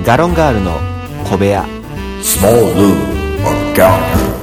ガロンガールの小部屋。 Small Lou or Gallagher。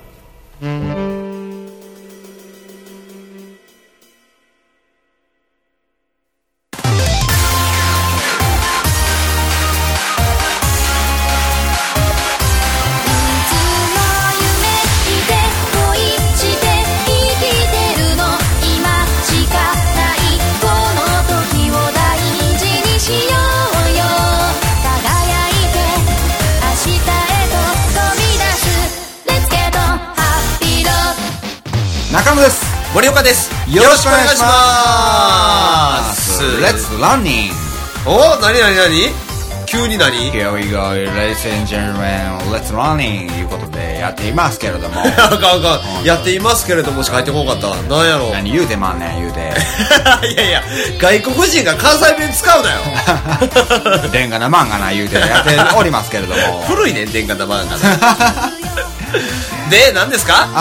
中野です。 森岡です。 よろしくお願いします。 Let's running。 お、なに急に何 Here we go, ladies and gentlemen, let's running いうことでやっていますけれどもあかんやっていますけれどもしか入ってこなかった。なんやろ何言うてまんねん言うていや外国人が関西弁使うなよでんがなまんがな言うてやっておりますけれども古いねん、でんがなまんがなで、何ですか？ はい、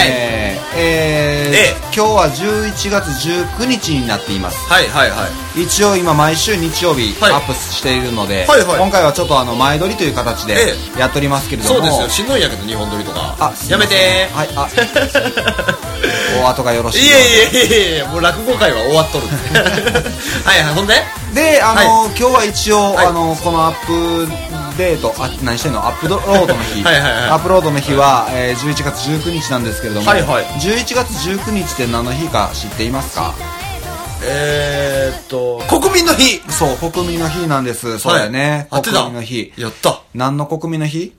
今日は11月19日になっています。 はい。 一応今毎週日曜日アップしているので、今回はちょっと前撮りという形でやっておりますけれども、 そうですよ、しんどいんやけど2本撮りとか。やめてー。 はい、お後がよろしい。 いやもう落語会は終わっとるはい、ほんで今日は一応、このアップデート、何してんの、アップロードの日アップロードの日は、11月19日なんですけれども、11月19日って何の日か知っていますか？ 国民の日。 そう、国民の日なんです。そうだよね、国民の日。 やった。 何の国民の日？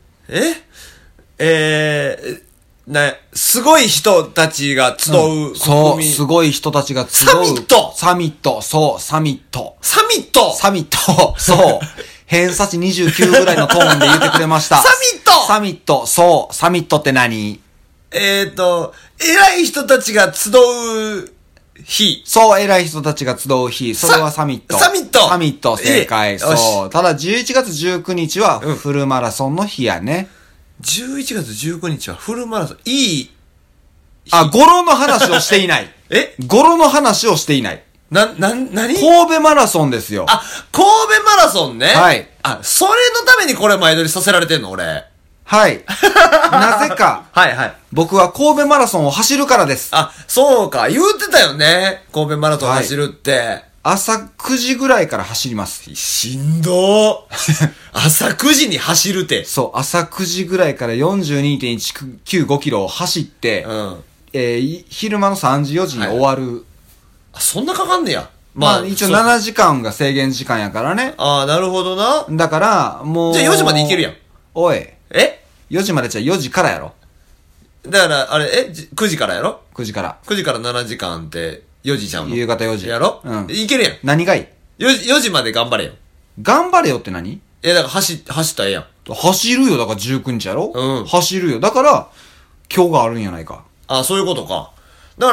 すごい人たちが集う、 そう、すごい人たちが集うサミット。そう、サミット。そう。偏差値29ぐらいのトーンで言ってくれましたサミット。そう、サミットって何？ 偉い人たちが集う日。 そう、偉い人たちが集う日。それはサミット。サミット、正解。そう。ただ11月19日はフルマラソンの日やね。 11月19日はフルマラソン。いい。 語呂の話をしていない。語呂の話をしていない。 何？ 神戸マラソンですよ。 神戸マラソンね。 はい。 それのためにこれ前撮りさせられてんの俺。 はい。なぜか。 はい。 僕は神戸マラソンを走るからです。 そうか。言うてたよね。神戸マラソン走るって。 朝9時ぐらいから走ります。 しんどー。朝9時に走るて。 そう、朝9時ぐらいから 42.195 キロを走って、昼間の3時4時に終わる。 そんなかかんねや。 一応7時間が制限時間やからね。 なるほどな。 だから、もう。 じゃあ4時まで行けるやん。 おい。 4時までじゃ4時からやろ。 だから、9時からやろ ?9 時から。 9時から7時間って4時ちゃうの？ 夕方4時。 やろ？いけるやん。 何がいい？ 4時まで頑張れよ。 頑張れよって何？ だから走ったらええやん。 走るよ、だから19日やろ？走るよ。だから、今日があるんやないか。 そういうことか。だから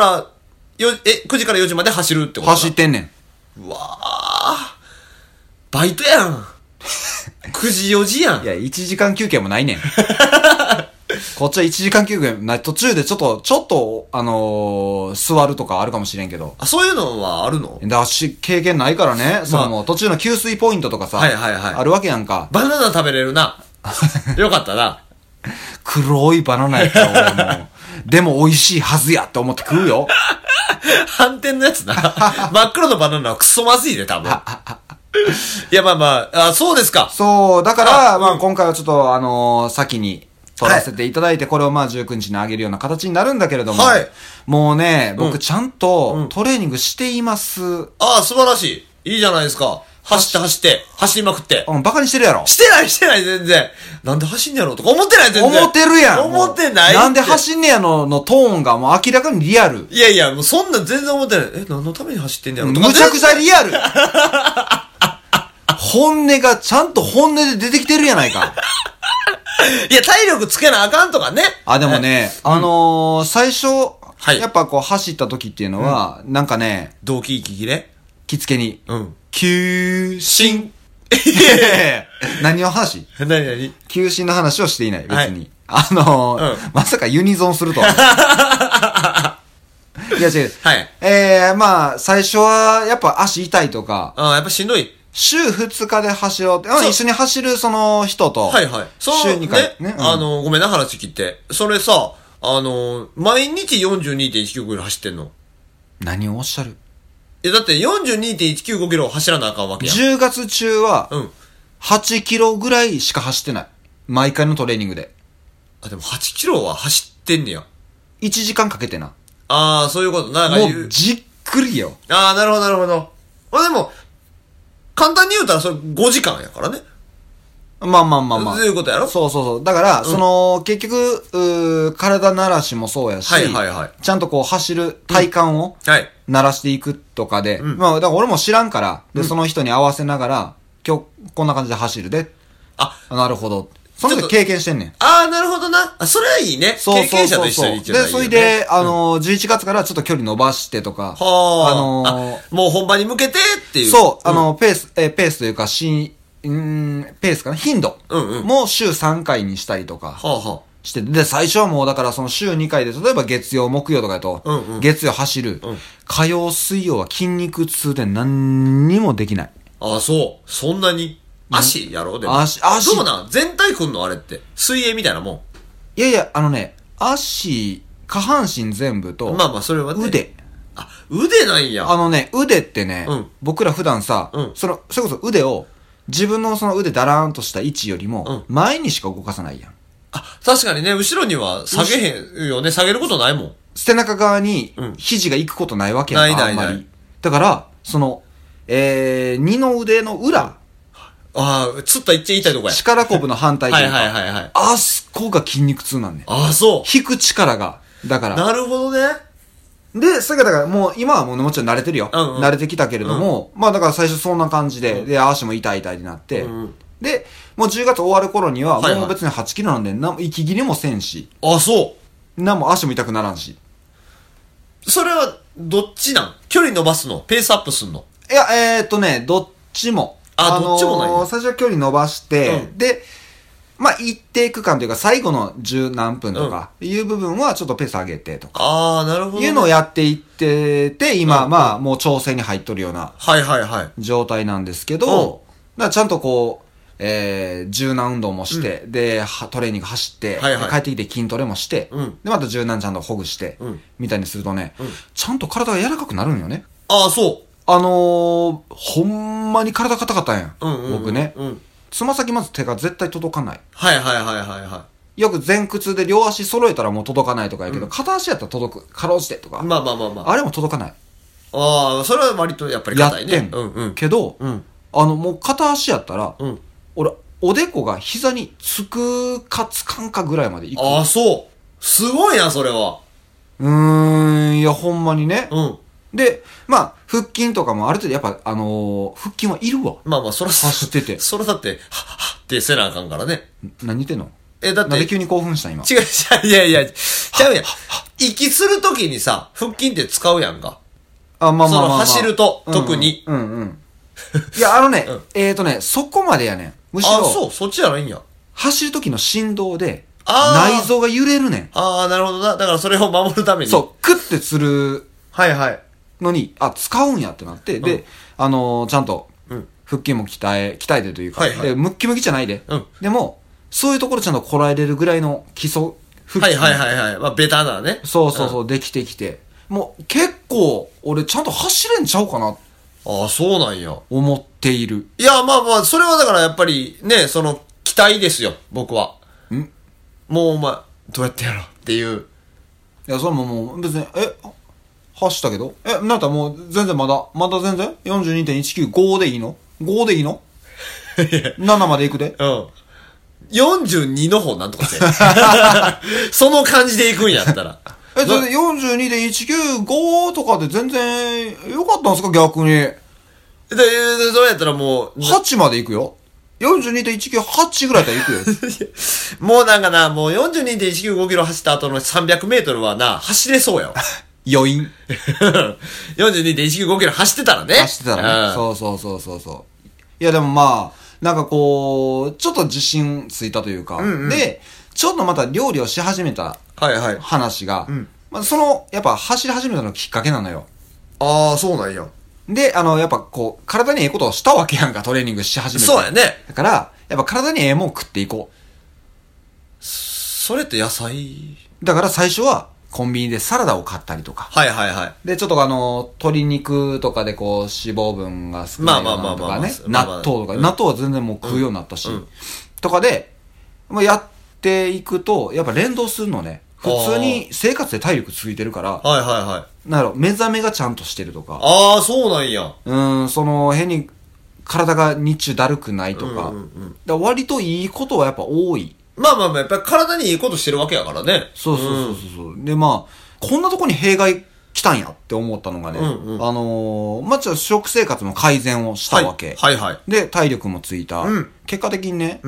、9時から4時まで走るってこと？ 走ってんねん。 うわー。バイトやん。9時4時やん。 いや、1時間休憩もないねん。こっちは1時間休憩ない。途中でちょっと、座るとかあるかもしれんけど。 そういうのはあるの？ 経験ないからね。途中の給水ポイントとかさ。あるわけやんか。 バナナ食べれるな。よかったな。 黒いバナナやったら俺も。でも美味しいはずやって思って食うよ。 反転のやつな。真っ黒のバナナはクソまずいで、多分。いや、そうですか。 そう、だから、今回はちょっと、先に撮らせていただいて、これを19日にあげるような形になるんだけれども、もうね、僕ちゃんとトレーニングしています。 素晴らしい。いいじゃないですか。走りまくって。 バカにしてるやろ。 してない、全然。なんで走んねやろとか思ってない、全然。 思ってるやん。 思ってない。 なんで走んねやのトーンがもう明らかにリアル。 いや、もうそんな全然思ってない。何のために走ってんねやろとか。 むちゃくちゃリアル。本音がちゃんと本音で出てきてるやないか。 いや、体力つけなあかんとかね。 でもね、最初、やっぱ走った時っていうのは、なんかね、 動機息切れ着付けに。 急進。 何の話？ 何急進の話をしていない、別に。まさかユニゾンするとは。いや違う。最初は、やっぱ足痛いとか。 やっぱしんどい。 週2日で走ろうって、一緒に走るその人と、 はいはい。 週2回。 ね、ごめんな、話聞いて。それさ、毎日 42.195 キロ走ってんの？ 何をおっしゃる？ だって 42.195 キロ走らなあかんわけやん。 10月中は、8キロぐらいしか走ってない。毎回のトレーニングで。 あ、でも8キロは走ってんねや。 1時間かけてな。 ああ、そういうこと。なんかもう、じっくりよ。 ああ、なるほど、なるほど。まあでも、簡単に言うたらそれ5時間やからね。 まあまあまあまあ。 そういうことやろ？ そうそうそう。だから、結局、体慣らしもそうやし、 はいはいはい。 ちゃんとこう走る体幹を、慣らしていくとかで、まあ、だから俺も知らんから、で、その人に合わせながら、今日こんな感じで走るで。 あ、 なるほど。その時経験してんねん。 ああ、なるほどな。それはいいね。経験者と一緒に行っちゃう。 で、それで、11月からちょっと距離伸ばしてとか、 もう本番に向けてっていう。 そう、ペースというか、ペースかな頻度も週3回にしたりとかして、で、最初はもうだからその週2回で、例えば月曜、木曜とかやと、月曜走る、火曜、水曜は筋肉痛で何にもできない。 ああ、そう。そんなに足やろ？でも。足。どうなん？全体くんのあれって。水泳みたいなもん。 いやいや、足、下半身全部と、 まあまあ、それはね。 腕。 あ、腕なんや。 腕ってね、僕ら普段さ、それこそ腕を、自分のその腕だらーんとした位置よりも、前にしか動かさないやん。 あ、確かにね、後ろには下げへんよね。下げることないもん。 背中側に、肘が行くことないわけやんか、あんまり。だから、二の腕の裏。 ああ、つった一番痛いとこや。 力こぶの反対というか。 はい。 あそこが筋肉痛なんねん。 ああ、そう。 引く力が。だから。 なるほどね。 で、それがだからもう、今はもちろん慣れてるよ。慣れてきたけれども、まあだから最初そんな感じで、で、足も痛いになって、で、もう10月終わる頃には、もう別に8キロなんで、息切りもせんし。 あ、そう。 も足も痛くならんし。 それは、どっちなん？距離伸ばすの？ペースアップすんの？ いや、どっちも。 どっちもない。 最初は距離伸ばして、で、まあ、一定区間というか、最後の十何分とか、いう部分はちょっとペース上げてとか。 ああ、なるほど、ね。 いうのをやっていってて、今、まあ、もう調整に入っとるような、状態なんですけど、だからちゃんとこう、柔軟運動もして、で、トレーニング走って、帰ってきて筋トレもして、で、また柔軟ちゃんとほぐして、みたいにするとね、ちゃんと体が柔らかくなるんよね。 ああ、そう。 ほんまに体硬かったんや。僕ね。つま先まず手が絶対届かない。よく前屈で両足揃えたらもう届かないとかやけど、片足やったら届く。かろうじてとか。あれも届かない。 ああ、それは割とやっぱり硬いね。 やってん。けど、もう片足やったら、俺、おでこが膝につくかつかんかぐらいまでいく。 ああ、そう。すごいな、それは。 いや、ほんまにね。で、まあ、腹筋とかもある程度やっぱ、腹筋はいるわ。 まあまあ、そら走ってて。 そらだって、はっはってせなあかんからね。 何言ってんの？ だって。 なんで急に興奮した今。 違う、いや、ちゃうやん。息するときにさ、腹筋って使うやんか。 まあ。 その走ると、特に。 いや、そこまでやねん。むしろ。 そう、そっちじゃないんや。 走るときの振動で、内臓が揺れるねん。 ああ、なるほどな。だからそれを守るために。 そう、クッてする。のに、使うんやってなって、で、ちゃんと、腹筋も鍛えてというか、で、ムッキムキじゃないで。でも、そういうところちゃんとこらえれるぐらいの基礎腹筋。まあ、ベタなね。 そう、できてきて。もう、結構、俺ちゃんと走れんちゃうかな。 ああ、そうなんや。 思っている。 いや、まあ、それはだからやっぱり、ね、期待ですよ、僕は。もうお前、どうやってやろうっていう。 いや、それもう別に、走ったけどなんかもう全然まだ全然 42.195 でいいの ?5 でいいの ?7 までいくで 42の方なんとかせその感じでいくんやったら全然 42.195 とかで全然良かったんですか逆にそうやったらもう 8までいくよ 42.198 ぐらいだったら行くよもうなんかなもう 42.195 キロ走った後の300メートルはな走れそうやわ余韻。 42.195 キロ走ってたらね。 走ってたらね。そう。いやでもまあ、なんかこう、ちょっと自信ついたというか、で、ちょっとまた料理をし始めた話が、まあ、やっぱ走り始めたのきっかけなのよ。 ああ、そうなんや。 で、やっぱこう、体にええことをしたわけやんか、トレーニングし始めて。 そうやね。 だから、やっぱ体にええもん食っていこう。 それって野菜？ だから最初は、コンビニでサラダを買ったりとか。 はいはいはい。 で、ちょっと鶏肉とかでこう、脂肪分が少ないものとかね。納豆とか。納豆は全然もう食うようになったし。とかで、やっていくと、やっぱ連動するのね。普通に生活で体力ついてるから。 はいはいはい。 なるほど。目覚めがちゃんとしてるとか。 ああ、そうなんや。 変に体が日中だるくないとか。だ割といいことはやっぱ多い。 まあまあまあ、やっぱり体にいいことしてるわけやからね。 そう。で、まあ、こんなとこに弊害来たんやって思ったのがね、まあ、じゃあ食生活の改善をしたわけ。 はいはい。 で、体力もついた。結果的にね、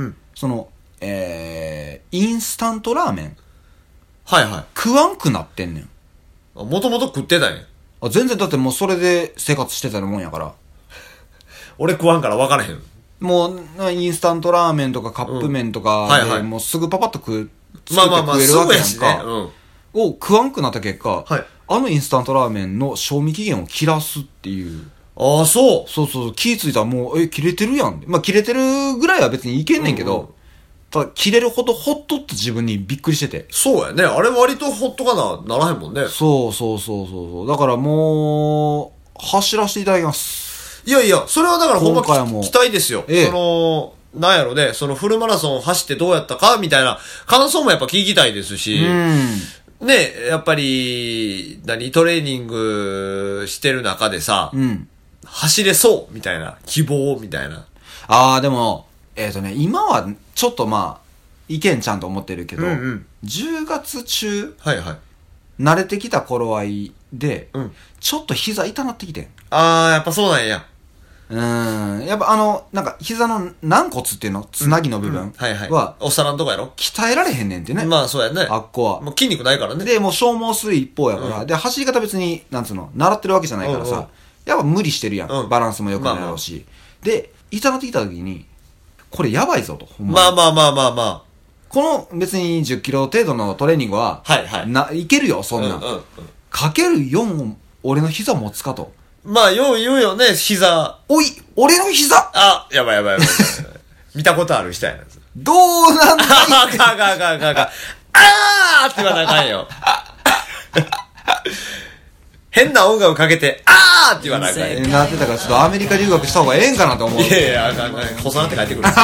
インスタントラーメン。 はいはい。 食わんくなってんねん。 もともと食ってたんや。 全然だってもうそれで生活してたもんやから。 俺食わんから分からへん。 もう、インスタントラーメンとかカップ麺とかで、もうすぐパパッと作って食えるわけやんか。を食わんくなった結果、インスタントラーメンの賞味期限を切らすっていう。 ああ、そう。 そう気ぃついたらもう、切れてるやん。まあ、切れてるぐらいは別にいけんねんけど、ただ、切れるほどほっとって自分にびっくりしてて。 そうやね。あれ割とほっとかならへんもんね。 そう。だからもう、走らせていただきます。 いやいや、それはだからほんま期待ですよ。なんやろね、フルマラソン走ってどうやったかみたいな感想もやっぱ聞きたいですし、ね、やっぱり、トレーニングしてる中でさ、走れそうみたいな、希望みたいな。 でも、今はちょっとまあ、いけんちゃんと思ってるけど、10月中、慣れてきた頃合いで、ちょっと膝痛なってきてん。 やっぱそうなんや。 やっぱなんか膝の軟骨っていうのつなぎの部分は、 お皿のとこやろ鍛えられへんねんってね。 まあそうやね。 あっこは。 もう筋肉ないからね。 で、もう消耗する一方やから、で、走り方別に、なんつうの、習ってるわけじゃないからさ、やっぱ無理してるやん。バランスも良くないやろうし。で、痛なってきた時に、これやばいぞと。 まあ。 この別に10キロ程度のトレーニングは、いけるよ、そんな。かける4を俺の膝持つかと。 まあ、よう言うよね、膝。 おい、俺の膝やばい。見たことある人やな。 どうなんだいあーって言わなあかんよ。変な音楽かけて、あーって言わなあかんよ。 なってたからちょっとアメリカ留学した方がええんかなと思う。 いや、あかん。細なって帰ってくる。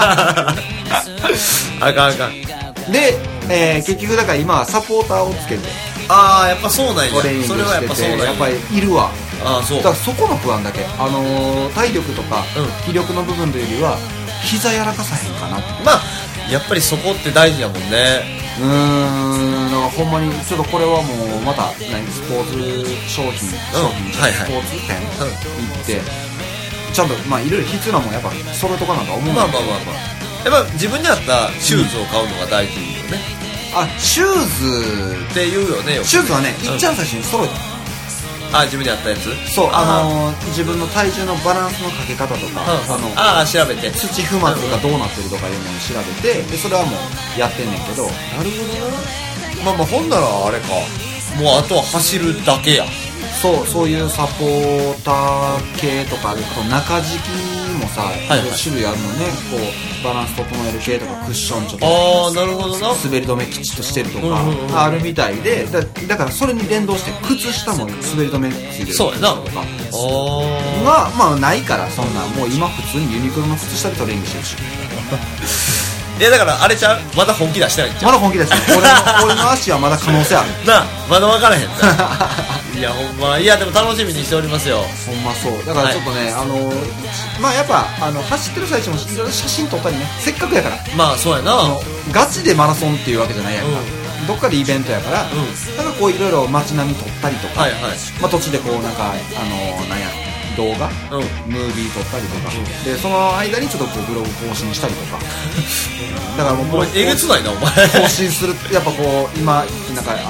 あかん。 で、結局だから今はサポーターをつけて。 やっぱそうなんや。 トレーニングしてて、 それはやっぱそうなんや。 やっぱりいるわ。 そう。 だからそこの不安だけ。体力とか、気力の部分というよりは、膝やらかさへんかなって。 まあ、やっぱりそこって大事やもんね。 だからほんまに、ちょっとこれはもう、また、スポーツ商品、スポーツ店行って、ちゃんと、まあ、いろいろ必要なもんやっぱ、揃えとかなんか思う。 まあ。やっぱ自分に合ったシューズを買うのが大事よね。 シューズって言うよね。 シューズはね、いっちゃん最初に揃えた。 自分に合ったやつ。 そう、自分の体重のバランスのかけ方とか、 調べて土踏まずがどうなってるとかいうのを調べて、でそれはもうやってんねんけど。 なるほどな。まあほんならあれか、もうあとは走るだけや。 そういうサポーター系とか、あと中敷きもさ、種類あるのね。こうバランス整える系とか、クッションちょっとなるほどな。 滑り止めきちっとしてるとかあるみたいで、だからそれに連動して靴下も滑り止めついてるとかがまあないから、そんなもう今普通にユニクロの靴下でトレーニングしてるし。 いやだからあれちゃう、まだ本気出してないんちゃう。 まだ本気出してない。俺の足はまだ可能性あるな。まだ分からへんいやほんま、いやでも楽しみにしておりますよ。 ほんまそう。だからちょっとね、まあやっぱ走ってる最中もいろいろ写真撮ったりね、せっかくやから。 まあそうやな。 ガチでマラソンっていうわけじゃないやんか。どっかでイベントやから、なんかこういろいろ街並み撮ったりとか、まあ途中でこうなんかなんや動画、ムービー撮ったりとか、でその間にちょっとこうブログ更新したりとか。だからもうえげつないなお前。 更新するやっぱこう今なんか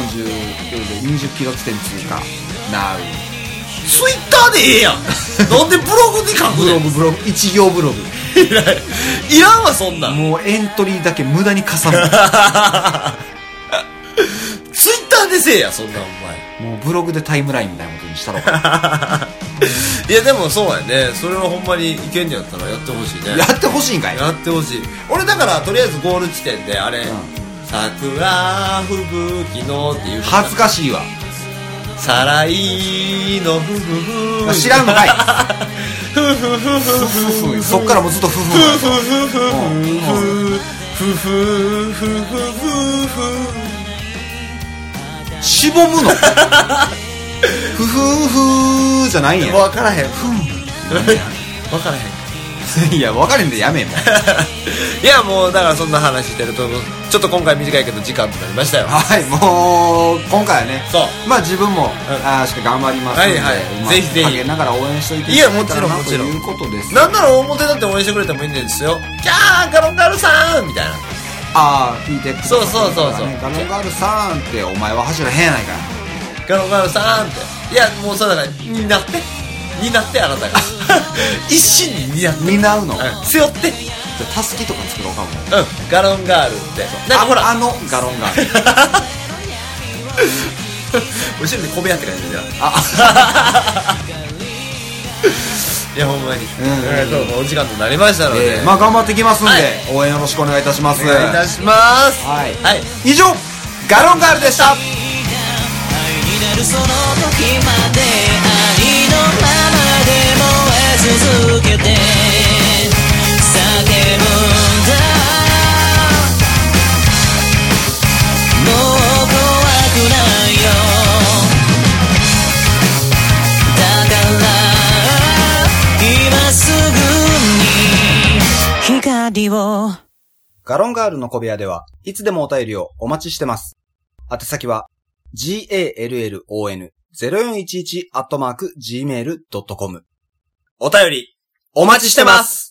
20キロ地点通過なう。 ツイッターでええやん。なんでブログで書くねん。 ブログ1行ブログいらんわそんなん。 もうエントリーだけ無駄にかさむ。 ツイッターでせえやそんなんお前。 もうブログでタイムラインみたいなことにしたろか。 いやでもそうやね。それはほんまにいけんねやったらやってほしいね。 やってほしいんかい。 やってほしい。俺だからとりあえずゴール地点であれ、桜吹雪のっていう。 恥ずかしいわ。 さらいのふふふ。 知らんのかい。ふふふふふふ。そっからもうずっとふふふ。ふふふふふ。ふふふふふ。しぼむの。ふふふじゃないんや。 わからへん。わからへん。 いや、分かれんでやめえもん。 いや、もうだからそんな話してるとちょっと今回短いけど時間となりましたよ。 はい、もう今回はね、 そうまあ自分も、しか頑張りますので、 はいはい、ぜひぜひ陰ながら応援しておいていただけたらなということです。 なんなら表だって応援してくれてもいいんですよ。キャーガロンガールさんみたいな。 ああ、聞いてください。 そうそうそうそう。 ガロンガールさんってお前は走らへんやないか。 ガロンガールさんって。いや、もうそうだからになってあなたが一心に担うの、 背負って。 じゃあたすきとか作ろうかも。 ガロンガールってなんかほらガロンガール後ろに小部屋って感じだよ。いやほんまにもうお時間となりましたので、 まあ頑張ってきますんで、応援よろしくお願いいたします。 お願いいたします。 はい、以上ガロンガールでした。 その時までありのままで燃え続けて叫ぶんだ。もう怖くないよ。だから今すぐに光を。 ガロンガールの小部屋ではいつでもお便りをお待ちしてます。宛先はGALLON0411@gmail.com。 お便りお待ちしてます。